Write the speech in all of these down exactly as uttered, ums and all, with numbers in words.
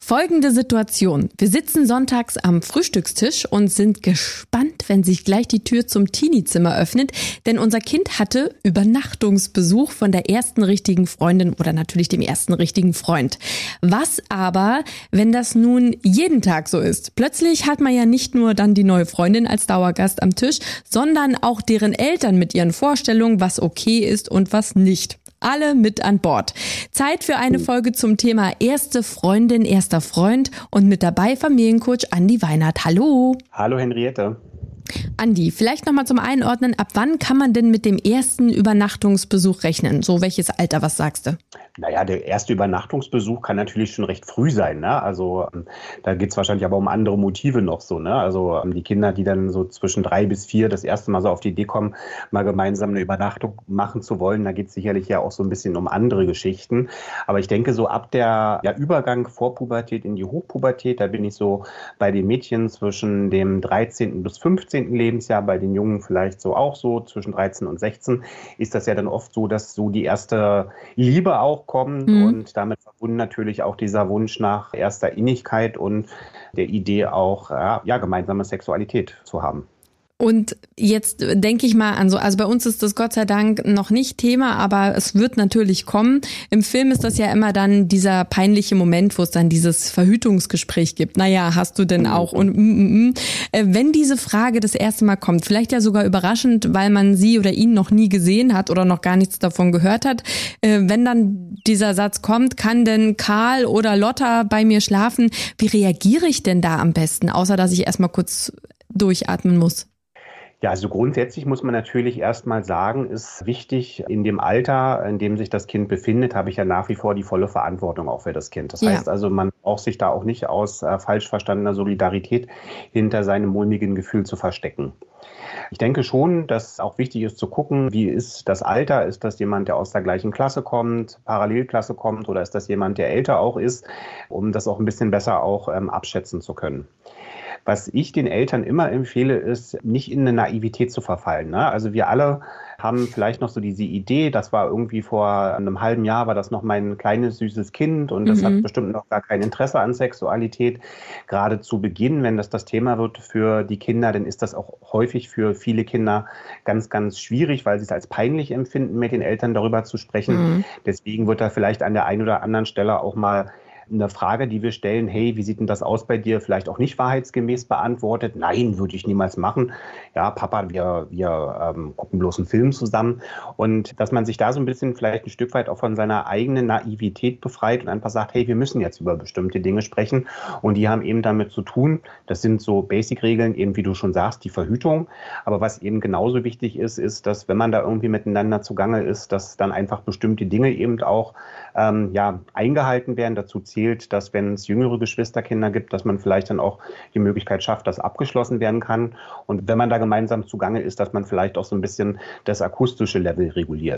Folgende Situation. Wir sitzen sonntags am Frühstückstisch und sind gespannt, wenn sich gleich die Tür zum Teenie-Zimmer öffnet, denn unser Kind hatte Übernachtungsbesuch von der ersten richtigen Freundin oder natürlich dem ersten richtigen Freund. Was aber, wenn das nun jeden Tag so ist? Plötzlich hat man ja nicht nur dann die neue Freundin als Dauergast am Tisch, sondern auch deren Eltern mit ihren Vorstellungen, was okay ist und was nicht. Alle mit an Bord. Zeit für eine Folge zum Thema erste Freundin, erster Freund und mit dabei Familiencoach Andi Weinert. Hallo. Hallo Henriette. Andi, vielleicht nochmal zum Einordnen, ab wann kann man denn mit dem ersten Übernachtungsbesuch rechnen? So welches Alter, was sagst du? Naja, der erste Übernachtungsbesuch kann natürlich schon recht früh sein, ne? Also da geht es wahrscheinlich aber um andere Motive noch so, ne? Also die Kinder, die dann so zwischen drei bis vier das erste Mal so auf die Idee kommen, mal gemeinsam eine Übernachtung machen zu wollen, da geht es sicherlich ja auch so ein bisschen um andere Geschichten. Aber ich denke, so ab der ja, Übergang Vorpubertät in die Hochpubertät, da bin ich so bei den Mädchen zwischen dem dreizehnten bis fünfzehnten Lebensjahr, bei den Jungen vielleicht so auch so zwischen dreizehn und sechzehn, ist das ja dann oft so, dass so die erste Liebe auch kommt mhm. und damit verbunden natürlich auch dieser Wunsch nach erster Innigkeit und der Idee auch, ja, ja gemeinsame Sexualität zu haben. Und jetzt denke ich mal an so, also bei uns ist das Gott sei Dank noch nicht Thema, aber es wird natürlich kommen. Im Film ist das ja immer dann dieser peinliche Moment, wo es dann dieses Verhütungsgespräch gibt. Naja, hast du denn auch? Und mm, mm, mm. Wenn diese Frage das erste Mal kommt, vielleicht ja sogar überraschend, weil man sie oder ihn noch nie gesehen hat oder noch gar nichts davon gehört hat. Wenn dann dieser Satz kommt, kann denn Karl oder Lotta bei mir schlafen? Wie reagiere ich denn da am besten? Außer, dass ich erstmal kurz durchatmen muss. Ja, also grundsätzlich muss man natürlich erstmal sagen, ist wichtig, in dem Alter, in dem sich das Kind befindet, habe ich ja nach wie vor die volle Verantwortung auch für das Kind. Das ja. heißt also, man braucht sich da auch nicht aus äh, falsch verstandener Solidarität hinter seinem mulmigen Gefühl zu verstecken. Ich denke schon, dass auch wichtig ist zu gucken, wie ist das Alter? Ist das jemand, der aus der gleichen Klasse kommt, Parallelklasse kommt oder ist das jemand, der älter auch ist, um das auch ein bisschen besser auch ähm, abschätzen zu können. Was ich den Eltern immer empfehle, ist, nicht in eine Naivität zu verfallen. Ne? Also wir alle haben vielleicht noch so diese Idee, das war irgendwie vor einem halben Jahr, war das noch mein kleines, süßes Kind und das mhm. hat bestimmt noch gar kein Interesse an Sexualität. Gerade zu Beginn, wenn das das Thema wird für die Kinder, dann ist das auch häufig für viele Kinder ganz, ganz schwierig, weil sie es als peinlich empfinden, mit den Eltern darüber zu sprechen. Mhm. Deswegen wird da vielleicht an der einen oder anderen Stelle auch mal eine Frage, die wir stellen, hey, wie sieht denn das aus bei dir, vielleicht auch nicht wahrheitsgemäß beantwortet. Nein, würde ich niemals machen. Ja, Papa, wir, wir ähm, gucken bloß einen Film zusammen. Und dass man sich da so ein bisschen vielleicht ein Stück weit auch von seiner eigenen Naivität befreit und einfach sagt, hey, wir müssen jetzt über bestimmte Dinge sprechen. Und die haben eben damit zu tun, das sind so Basic-Regeln, eben wie du schon sagst, die Verhütung. Aber was eben genauso wichtig ist, ist, dass wenn man da irgendwie miteinander zugange ist, dass dann einfach bestimmte Dinge eben auch ähm, ja, eingehalten werden. Dazu zählt, dass wenn es jüngere Geschwisterkinder gibt, dass man vielleicht dann auch die Möglichkeit schafft, dass abgeschlossen werden kann. Und wenn man da gemeinsam zugange ist, dass man vielleicht auch so ein bisschen das akustische Level reguliert.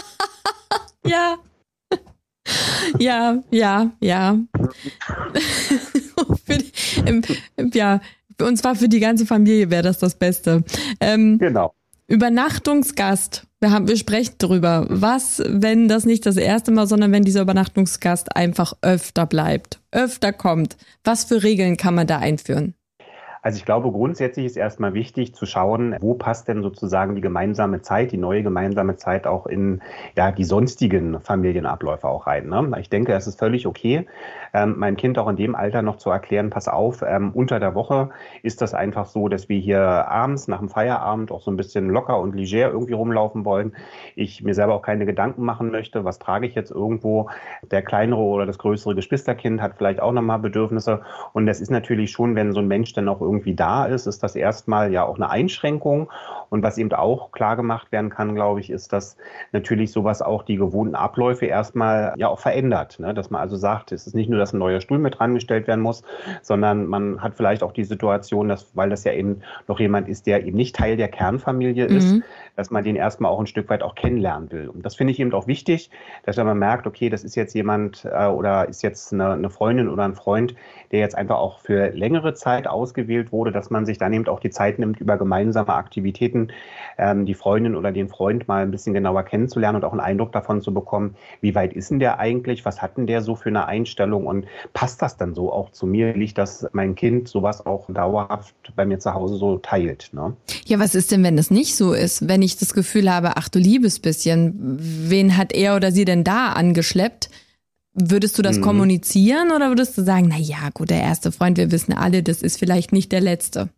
Ja. Ja, ja, ja. für die, ja, und zwar für die ganze Familie wäre das das Beste. Ähm, genau. Übernachtungsgast. Wir haben, wir sprechen drüber. Was, wenn das nicht das erste Mal, sondern wenn dieser Übernachtungsgast einfach öfter bleibt, öfter kommt? Was für Regeln kann man da einführen? Also ich glaube, grundsätzlich ist erstmal wichtig zu schauen, wo passt denn sozusagen die gemeinsame Zeit, die neue gemeinsame Zeit auch in ja, die sonstigen Familienabläufe auch rein. Ne? Ich denke, es ist völlig okay, ähm, meinem Kind auch in dem Alter noch zu erklären, pass auf, ähm, unter der Woche ist das einfach so, dass wir hier abends nach dem Feierabend auch so ein bisschen locker und leger irgendwie rumlaufen wollen. Ich mir selber auch keine Gedanken machen möchte, was trage ich jetzt irgendwo. Der kleinere oder das größere Geschwisterkind hat vielleicht auch nochmal Bedürfnisse. Und das ist natürlich schon, wenn so ein Mensch dann auch irgendwie da ist, ist das erstmal ja auch eine Einschränkung. Und was eben auch klar gemacht werden kann, glaube ich, ist, dass natürlich sowas auch die gewohnten Abläufe erstmal ja auch verändert. Ne? Dass man also sagt, es ist nicht nur, dass ein neuer Stuhl mit dran gestellt werden muss, sondern man hat vielleicht auch die Situation, dass, weil das ja eben noch jemand ist, der eben nicht Teil der Kernfamilie mhm. ist, dass man den erstmal auch ein Stück weit auch kennenlernen will. Und das finde ich eben auch wichtig, dass man merkt, okay, das ist jetzt jemand äh, oder ist jetzt eine, eine Freundin oder ein Freund, der jetzt einfach auch für längere Zeit ausgewählt vermittelt wurde, dass man sich dann eben auch die Zeit nimmt, über gemeinsame Aktivitäten ähm, die Freundin oder den Freund mal ein bisschen genauer kennenzulernen und auch einen Eindruck davon zu bekommen, wie weit ist denn der eigentlich, was hat denn der so für eine Einstellung und passt das dann so auch zu mir, liegt, dass mein Kind sowas auch dauerhaft bei mir zu Hause so teilt. Ne? Ja, was ist denn, wenn das nicht so ist? Wenn ich das Gefühl habe, ach du liebes bisschen, wen hat er oder sie denn da angeschleppt? Würdest du das mhm. kommunizieren oder würdest du sagen, na ja, gut, der erste Freund, wir wissen alle, das ist vielleicht nicht der letzte?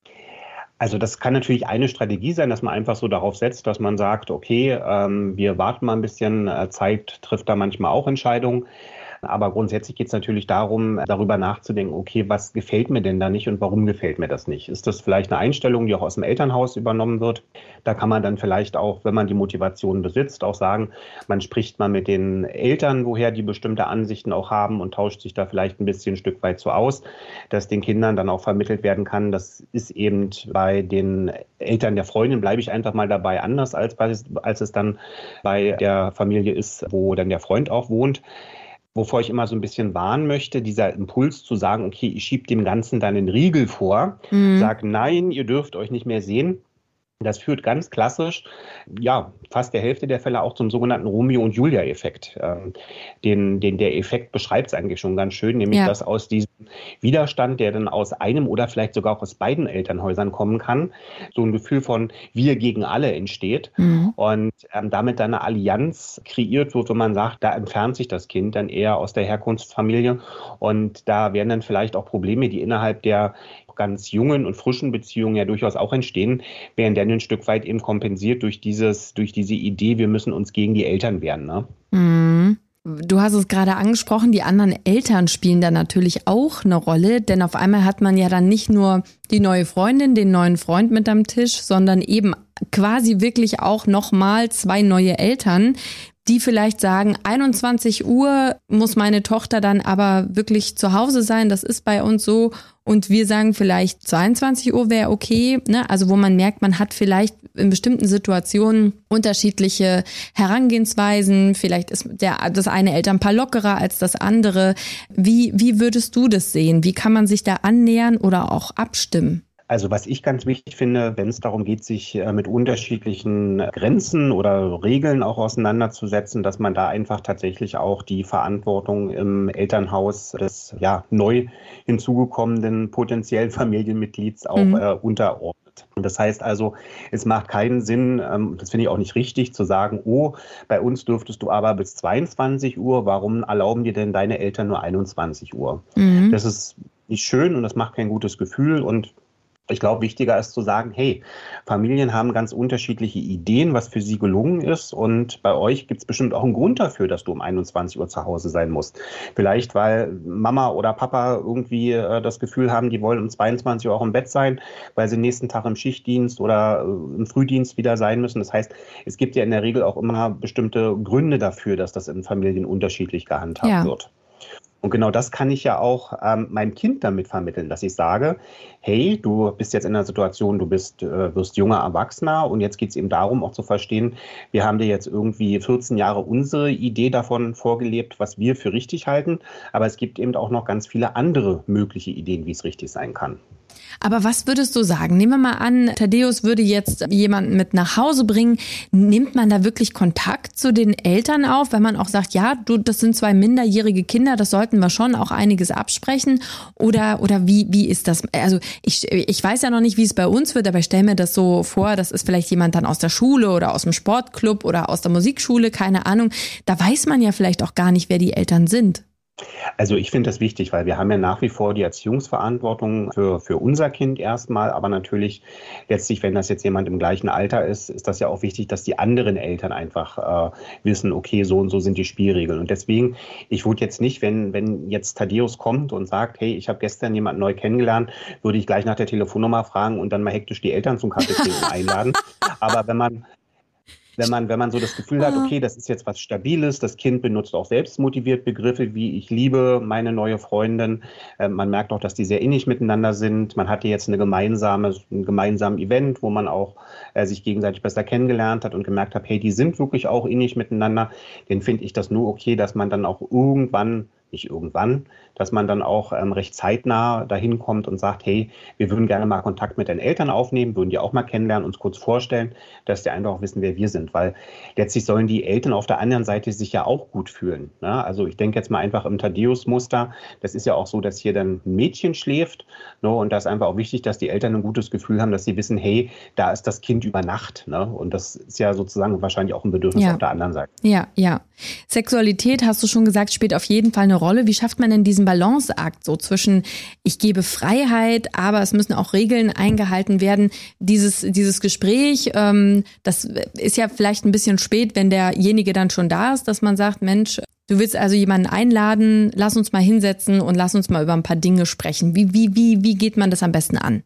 Also das kann natürlich eine Strategie sein, dass man einfach so darauf setzt, dass man sagt, okay, ähm, wir warten mal ein bisschen, Zeit trifft da manchmal auch Entscheidungen. Aber grundsätzlich geht es natürlich darum, darüber nachzudenken, okay, was gefällt mir denn da nicht und warum gefällt mir das nicht? Ist das vielleicht eine Einstellung, die auch aus dem Elternhaus übernommen wird? Da kann man dann vielleicht auch, wenn man die Motivation besitzt, auch sagen, man spricht mal mit den Eltern, woher die bestimmte Ansichten auch haben und tauscht sich da vielleicht ein bisschen ein Stück weit so aus, dass den Kindern dann auch vermittelt werden kann. Das ist eben bei den Eltern der Freundin, bleibe ich einfach mal dabei, anders als, bei, als es dann bei der Familie ist, wo dann der Freund auch wohnt. Wovor ich immer so ein bisschen warnen möchte, dieser Impuls zu sagen, okay, ich schiebe dem Ganzen dann einen Riegel vor, mhm. sage, nein, ihr dürft euch nicht mehr sehen. Das führt ganz klassisch, ja, fast der Hälfte der Fälle auch zum sogenannten Romeo- und Julia-Effekt. Ähm, den, den, der Effekt beschreibt es eigentlich schon ganz schön, nämlich, ja. dass aus diesem Widerstand, der dann aus einem oder vielleicht sogar auch aus beiden Elternhäusern kommen kann, so ein Gefühl von wir gegen alle entsteht mhm. und ähm, damit dann eine Allianz kreiert wird, wo man sagt, da entfernt sich das Kind dann eher aus der Herkunftsfamilie und da werden dann vielleicht auch Probleme, die innerhalb der ganz jungen und frischen Beziehungen ja durchaus auch entstehen, werden dann ein Stück weit eben kompensiert durch dieses, durch diese Idee, wir müssen uns gegen die Eltern wehren. Ne? Mhm. Du hast es gerade angesprochen, die anderen Eltern spielen da natürlich auch eine Rolle, denn auf einmal hat man ja dann nicht nur die neue Freundin, den neuen Freund mit am Tisch, sondern eben quasi wirklich auch nochmal zwei neue Eltern, die vielleicht sagen, einundzwanzig Uhr muss meine Tochter dann aber wirklich zu Hause sein, das ist bei uns so. Und wir sagen vielleicht zweiundzwanzig Uhr wäre okay, ne? Also wo man merkt, man hat vielleicht in bestimmten Situationen unterschiedliche Herangehensweisen. Vielleicht ist der, das eine Elternpaar lockerer als das andere. Wie, wie würdest du das sehen? Wie kann man sich da annähern oder auch abstimmen? Also was ich ganz wichtig finde, wenn es darum geht, sich mit unterschiedlichen Grenzen oder Regeln auch auseinanderzusetzen, dass man da einfach tatsächlich auch die Verantwortung im Elternhaus des ja neu hinzugekommenen potenziellen Familienmitglieds auch mhm. äh, unterordnet. Und das heißt also, es macht keinen Sinn, ähm, das finde ich auch nicht richtig, zu sagen, oh, bei uns dürftest du aber bis zweiundzwanzig Uhr, warum erlauben dir denn deine Eltern nur einundzwanzig Uhr? Mhm. Das ist nicht schön und das macht kein gutes Gefühl und ich glaube, wichtiger ist zu sagen, hey, Familien haben ganz unterschiedliche Ideen, was für sie gelungen ist. Und bei euch gibt es bestimmt auch einen Grund dafür, dass du um einundzwanzig Uhr zu Hause sein musst. Vielleicht, weil Mama oder Papa irgendwie äh, das Gefühl haben, die wollen um zweiundzwanzig Uhr auch im Bett sein, weil sie nächsten Tag im Schichtdienst oder äh, im Frühdienst wieder sein müssen. Das heißt, es gibt ja in der Regel auch immer bestimmte Gründe dafür, dass das in Familien unterschiedlich gehandhabt ja. wird. Und genau das kann ich ja auch ähm, meinem Kind damit vermitteln, dass ich sage, hey, du bist jetzt in einer Situation, du bist, äh, wirst junger Erwachsener und jetzt geht es eben darum, auch zu verstehen, wir haben dir jetzt irgendwie vierzehn Jahre unsere Idee davon vorgelebt, was wir für richtig halten, aber es gibt eben auch noch ganz viele andere mögliche Ideen, wie es richtig sein kann. Aber was würdest du sagen? Nehmen wir mal an, Thaddäus würde jetzt jemanden mit nach Hause bringen. Nimmt man da wirklich Kontakt zu den Eltern auf, wenn man auch sagt, ja, du, das sind zwei minderjährige Kinder, das sollten wir schon auch einiges absprechen? Oder, oder wie, wie ist das? Also ich, ich weiß ja noch nicht, wie es bei uns wird, aber ich stelle mir das so vor, das ist vielleicht jemand dann aus der Schule oder aus dem Sportclub oder aus der Musikschule, keine Ahnung. Da weiß man ja vielleicht auch gar nicht, wer die Eltern sind. Also ich finde das wichtig, weil wir haben ja nach wie vor die Erziehungsverantwortung für, für unser Kind erstmal, aber natürlich letztlich, wenn das jetzt jemand im gleichen Alter ist, ist das ja auch wichtig, dass die anderen Eltern einfach äh, wissen, okay, so und so sind die Spielregeln. Und deswegen, ich würde jetzt nicht, wenn, wenn jetzt Thaddäus kommt und sagt, hey, ich habe gestern jemanden neu kennengelernt, würde ich gleich nach der Telefonnummer fragen und dann mal hektisch die Eltern zum Kaffee trinken einladen. Aber wenn man Wenn man, wenn man so das Gefühl hat, okay, das ist jetzt was Stabiles, das Kind benutzt auch selbst motiviert Begriffe wie ich liebe meine neue Freundin. Äh, man merkt auch, dass die sehr innig miteinander sind. Man hatte jetzt eine gemeinsame, ein gemeinsames Event, wo man auch äh, sich gegenseitig besser kennengelernt hat und gemerkt hat, hey, die sind wirklich auch innig miteinander. Dann finde ich das nur okay, dass man dann auch irgendwann nicht irgendwann, dass man dann auch ähm, recht zeitnah dahin kommt und sagt, hey, wir würden gerne mal Kontakt mit deinen Eltern aufnehmen, würden die auch mal kennenlernen, uns kurz vorstellen, dass die einfach auch wissen, wer wir sind. Weil letztlich sollen die Eltern auf der anderen Seite sich ja auch gut fühlen. Ne? Also ich denke jetzt mal einfach im Thaddeus-Muster, das ist ja auch so, dass hier dann ein Mädchen schläft. Ne? Und da ist einfach auch wichtig, dass die Eltern ein gutes Gefühl haben, dass sie wissen, hey, da ist das Kind über Nacht. Ne? Und das ist ja sozusagen wahrscheinlich auch ein Bedürfnis ja. auf der anderen Seite. Ja, ja. Sexualität, hast du schon gesagt, spielt auf jeden Fall eine Rolle. Wie schafft man denn diesen Balanceakt so zwischen, ich gebe Freiheit, aber es müssen auch Regeln eingehalten werden? Dieses, dieses Gespräch, ähm, das ist ja vielleicht ein bisschen spät, wenn derjenige dann schon da ist, dass man sagt, Mensch, du willst also jemanden einladen, lass uns mal hinsetzen und lass uns mal über ein paar Dinge sprechen. Wie, wie, wie, wie geht man das am besten an?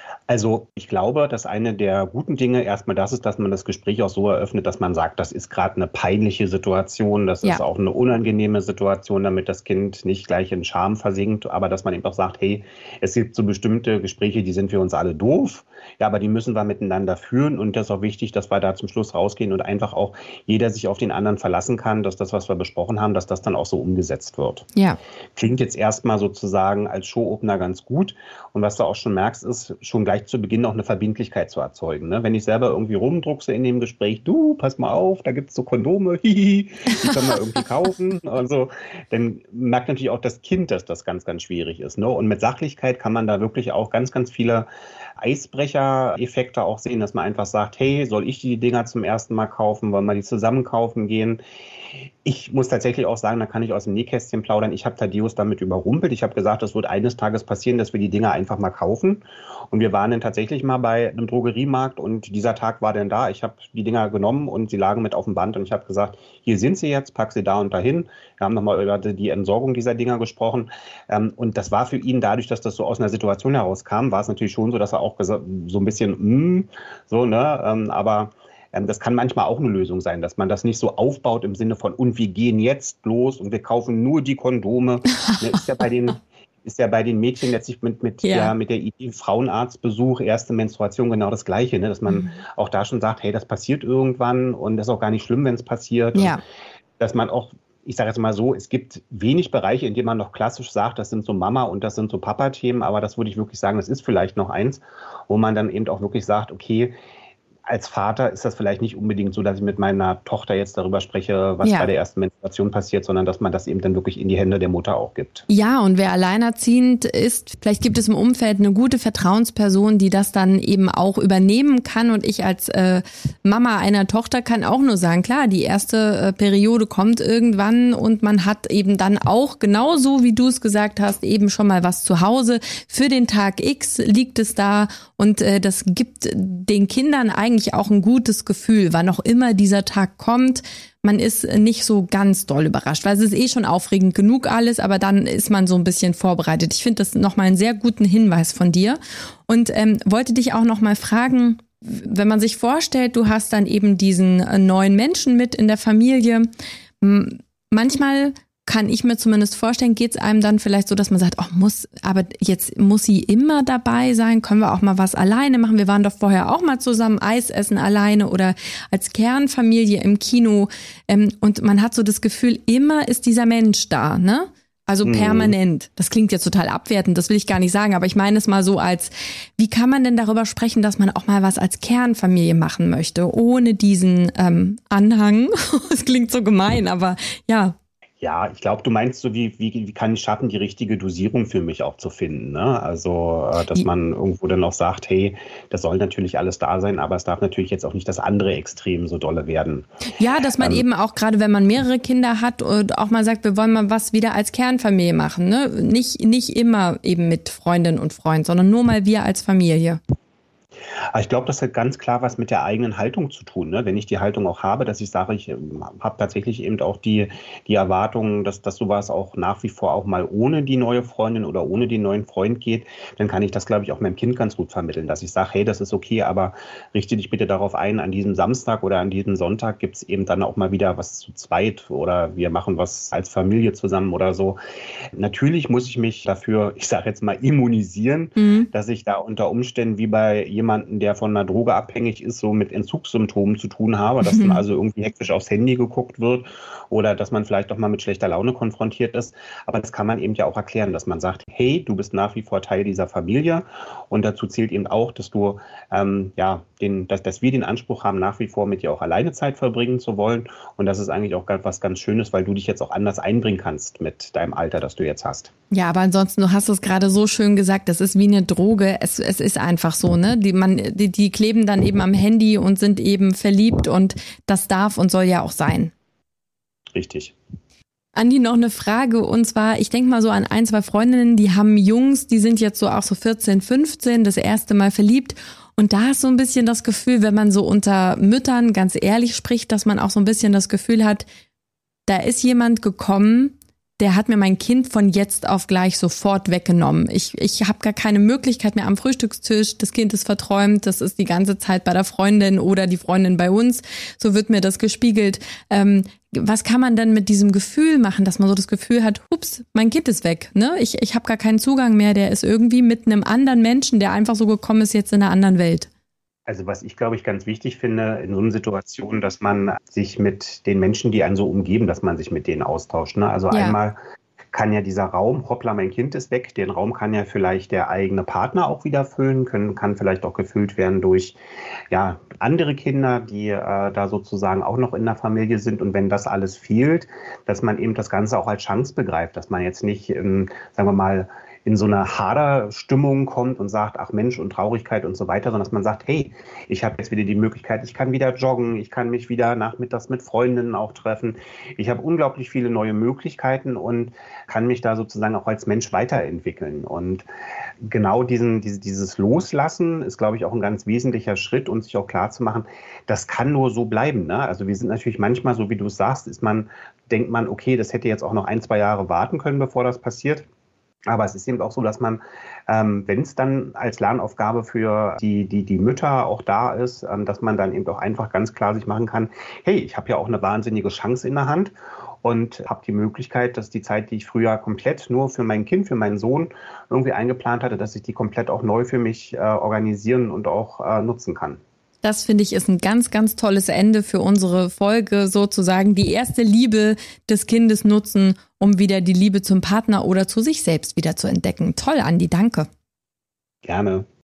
Also ich glaube, dass eine der guten Dinge erstmal das ist, dass man das Gespräch auch so eröffnet, dass man sagt, das ist gerade eine peinliche Situation, das ja. ist auch eine unangenehme Situation, damit das Kind nicht gleich in Scham versinkt, aber dass man eben auch sagt, hey, es gibt so bestimmte Gespräche, die sind für uns alle doof, ja, aber die müssen wir miteinander führen und das ist auch wichtig, dass wir da zum Schluss rausgehen und einfach auch jeder sich auf den anderen verlassen kann, dass das, was wir besprochen haben, dass das dann auch so umgesetzt wird. Ja. Klingt jetzt erstmal sozusagen als Show-Opener ganz gut und was du auch schon merkst, ist schon gleich zu Beginn auch eine Verbindlichkeit zu erzeugen. Ne? Wenn ich selber irgendwie rumdruckse in dem Gespräch, du, pass mal auf, da gibt es so Kondome, hihi, die können wir irgendwie kaufen. Also, dann merkt natürlich auch das Kind, dass das ganz, ganz schwierig ist. Ne? Und mit Sachlichkeit kann man da wirklich auch ganz, ganz viele Eisbrecher-Effekte auch sehen, dass man einfach sagt, hey, soll ich die Dinger zum ersten Mal kaufen, wollen wir die zusammen kaufen gehen? Ich muss tatsächlich auch sagen, da kann ich aus dem Nähkästchen plaudern, ich habe Thaddeus damit überrumpelt. Ich habe gesagt, es wird eines Tages passieren, dass wir die Dinger einfach mal kaufen. Und wir waren dann tatsächlich mal bei einem Drogeriemarkt und dieser Tag war dann da. Ich habe die Dinger genommen und sie lagen mit auf dem Band und ich habe gesagt, hier sind sie jetzt, pack sie da und dahin. Wir haben nochmal über die Entsorgung dieser Dinger gesprochen. Und das war für ihn dadurch, dass das so aus einer Situation herauskam, war es natürlich schon so, dass er auch gesagt, so ein bisschen, mm, so, ne, aber das kann manchmal auch eine Lösung sein, dass man das nicht so aufbaut im Sinne von, und wir gehen jetzt los und wir kaufen nur die Kondome. ist ja bei den ist ja bei den Mädchen letztlich mit, mit, ja. der, mit der Idee Frauenarztbesuch, erste Menstruation genau das Gleiche, ne? Dass man mhm. auch da schon sagt, hey, das passiert irgendwann und das ist auch gar nicht schlimm, wenn es passiert. Ja. Dass man auch, ich sage jetzt mal so, es gibt wenig Bereiche, in denen man noch klassisch sagt, das sind so Mama- und das sind so Papa-Themen, aber das würde ich wirklich sagen, das ist vielleicht noch eins, wo man dann eben auch wirklich sagt, okay, als Vater ist das vielleicht nicht unbedingt so, dass ich mit meiner Tochter jetzt darüber spreche, was ja. bei der ersten Menstruation passiert, sondern dass man das eben dann wirklich in die Hände der Mutter auch gibt. Ja, und wer alleinerziehend ist, vielleicht gibt es im Umfeld eine gute Vertrauensperson, die das dann eben auch übernehmen kann. Und ich als äh, Mama einer Tochter kann auch nur sagen, klar, die erste äh, Periode kommt irgendwann und man hat eben dann auch, genauso wie du es gesagt hast, eben schon mal was zu Hause. Für den Tag X liegt es da und äh, das gibt den Kindern eigentlich auch ein gutes Gefühl, wann auch immer dieser Tag kommt. Man ist nicht so ganz doll überrascht, weil es ist eh schon aufregend genug alles, aber dann ist man so ein bisschen vorbereitet. Ich finde das nochmal einen sehr guten Hinweis von dir und ähm, wollte dich auch nochmal fragen, wenn man sich vorstellt, du hast dann eben diesen äh, neuen Menschen mit in der Familie, m- manchmal kann ich mir zumindest vorstellen, geht es einem dann vielleicht so, dass man sagt, oh, muss, aber jetzt muss sie immer dabei sein, können wir auch mal was alleine machen? Wir waren doch vorher auch mal zusammen Eis essen alleine oder als Kernfamilie im Kino. Ähm, und man hat so das Gefühl, immer ist dieser Mensch da, ne? Also permanent. Das klingt jetzt total abwertend, das will ich gar nicht sagen, aber ich meine es mal so als, wie kann man denn darüber sprechen, dass man auch mal was als Kernfamilie machen möchte, ohne diesen ähm, Anhang? Das klingt so gemein, aber ja. Ja, ich glaube, du meinst so, wie, wie, wie kann ich schaffen, die richtige Dosierung für mich auch zu finden, ne? Also, dass man irgendwo dann auch sagt, hey, das soll natürlich alles da sein, aber es darf natürlich jetzt auch nicht das andere Extrem so dolle werden. Ja, dass man ähm, eben auch, gerade wenn man mehrere Kinder hat und auch mal sagt, wir wollen mal was wieder als Kernfamilie machen, ne? Nicht, nicht immer eben mit Freundin und Freund, sondern nur mal wir als Familie. Aber ich glaube, das hat ganz klar was mit der eigenen Haltung zu tun. Ne? Wenn ich die Haltung auch habe, dass ich sage, ich habe tatsächlich eben auch die, die Erwartung, dass, dass sowas auch nach wie vor auch mal ohne die neue Freundin oder ohne den neuen Freund geht, dann kann ich das, glaube ich, auch meinem Kind ganz gut vermitteln, dass ich sage, hey, das ist okay, aber richte dich bitte darauf ein, an diesem Samstag oder an diesem Sonntag gibt es eben dann auch mal wieder was zu zweit oder wir machen was als Familie zusammen oder so. Natürlich muss ich mich dafür, ich sage jetzt mal, immunisieren, mhm. dass ich da unter Umständen wie bei jemandem jemanden, der von einer Droge abhängig ist, so mit Entzugssymptomen zu tun habe, dass dann also irgendwie hektisch aufs Handy geguckt wird oder dass man vielleicht doch mal mit schlechter Laune konfrontiert ist. Aber das kann man eben ja auch erklären, dass man sagt, hey, du bist nach wie vor Teil dieser Familie und dazu zählt eben auch, dass du ähm, ja den, dass, dass wir den Anspruch haben, nach wie vor mit dir auch alleine Zeit verbringen zu wollen. Und das ist eigentlich auch was ganz Schönes, weil du dich jetzt auch anders einbringen kannst mit deinem Alter, das du jetzt hast. Ja, aber ansonsten, du hast es gerade so schön gesagt, das ist wie eine Droge. Es, es ist einfach so, ne? Die, man, die, die kleben dann eben am Handy und sind eben verliebt und das darf und soll ja auch sein. Richtig. Andi, noch eine Frage und zwar, ich denke mal so an ein, zwei Freundinnen, die haben Jungs, die sind jetzt so auch so vierzehn, fünfzehn, das erste Mal verliebt. Und da ist so ein bisschen das Gefühl, wenn man so unter Müttern ganz ehrlich spricht, dass man auch so ein bisschen das Gefühl hat, da ist jemand gekommen, der hat mir mein Kind von jetzt auf gleich sofort weggenommen. Ich, ich habe gar keine Möglichkeit mehr am Frühstückstisch. Das Kind ist verträumt, das ist die ganze Zeit bei der Freundin oder die Freundin bei uns. So wird mir das gespiegelt. Ähm, was kann man denn mit diesem Gefühl machen, dass man so das Gefühl hat, hups, mein Kind ist weg. Ne? Ich, ich habe gar keinen Zugang mehr, der ist irgendwie mit einem anderen Menschen, der einfach so gekommen ist, jetzt in einer anderen Welt. Also was ich, glaube ich, ganz wichtig finde in so einer Situation, dass man sich mit den Menschen, die einen so umgeben, dass man sich mit denen austauscht. Ne? Also ja. Einmal kann ja dieser Raum, hoppla, mein Kind ist weg, den Raum kann ja vielleicht der eigene Partner auch wieder füllen, können, kann vielleicht auch gefüllt werden durch ja, andere Kinder, die äh, da sozusagen auch noch in der Familie sind. Und wenn das alles fehlt, dass man eben das Ganze auch als Chance begreift, dass man jetzt nicht, ähm, sagen wir mal, in so eine Haderstimmung kommt und sagt, ach Mensch und Traurigkeit und so weiter, sondern dass man sagt, hey, ich habe jetzt wieder die Möglichkeit, ich kann wieder joggen, ich kann mich wieder nachmittags mit Freundinnen auch treffen. Ich habe unglaublich viele neue Möglichkeiten und kann mich da sozusagen auch als Mensch weiterentwickeln. Und genau diesen, diese, dieses Loslassen ist, glaube ich, auch ein ganz wesentlicher Schritt und sich auch klar zu machen, das kann nur so bleiben. Ne? Also wir sind natürlich manchmal, so wie du es sagst, ist man, denkt man, okay, das hätte jetzt auch noch ein, zwei Jahre warten können, bevor das passiert. Aber es ist eben auch so, dass man, ähm, wenn es dann als Lernaufgabe für die, die, die Mütter auch da ist, ähm, dass man dann eben auch einfach ganz klar sich machen kann, hey, ich habe ja auch eine wahnsinnige Chance in der Hand und habe die Möglichkeit, dass die Zeit, die ich früher komplett nur für mein Kind, für meinen Sohn irgendwie eingeplant hatte, dass ich die komplett auch neu für mich äh, organisieren und auch äh, nutzen kann. Das finde ich ist ein ganz, ganz tolles Ende für unsere Folge, sozusagen die erste Liebe des Kindes nutzen, um wieder die Liebe zum Partner oder zu sich selbst wieder zu entdecken. Toll, Andi, danke. Gerne.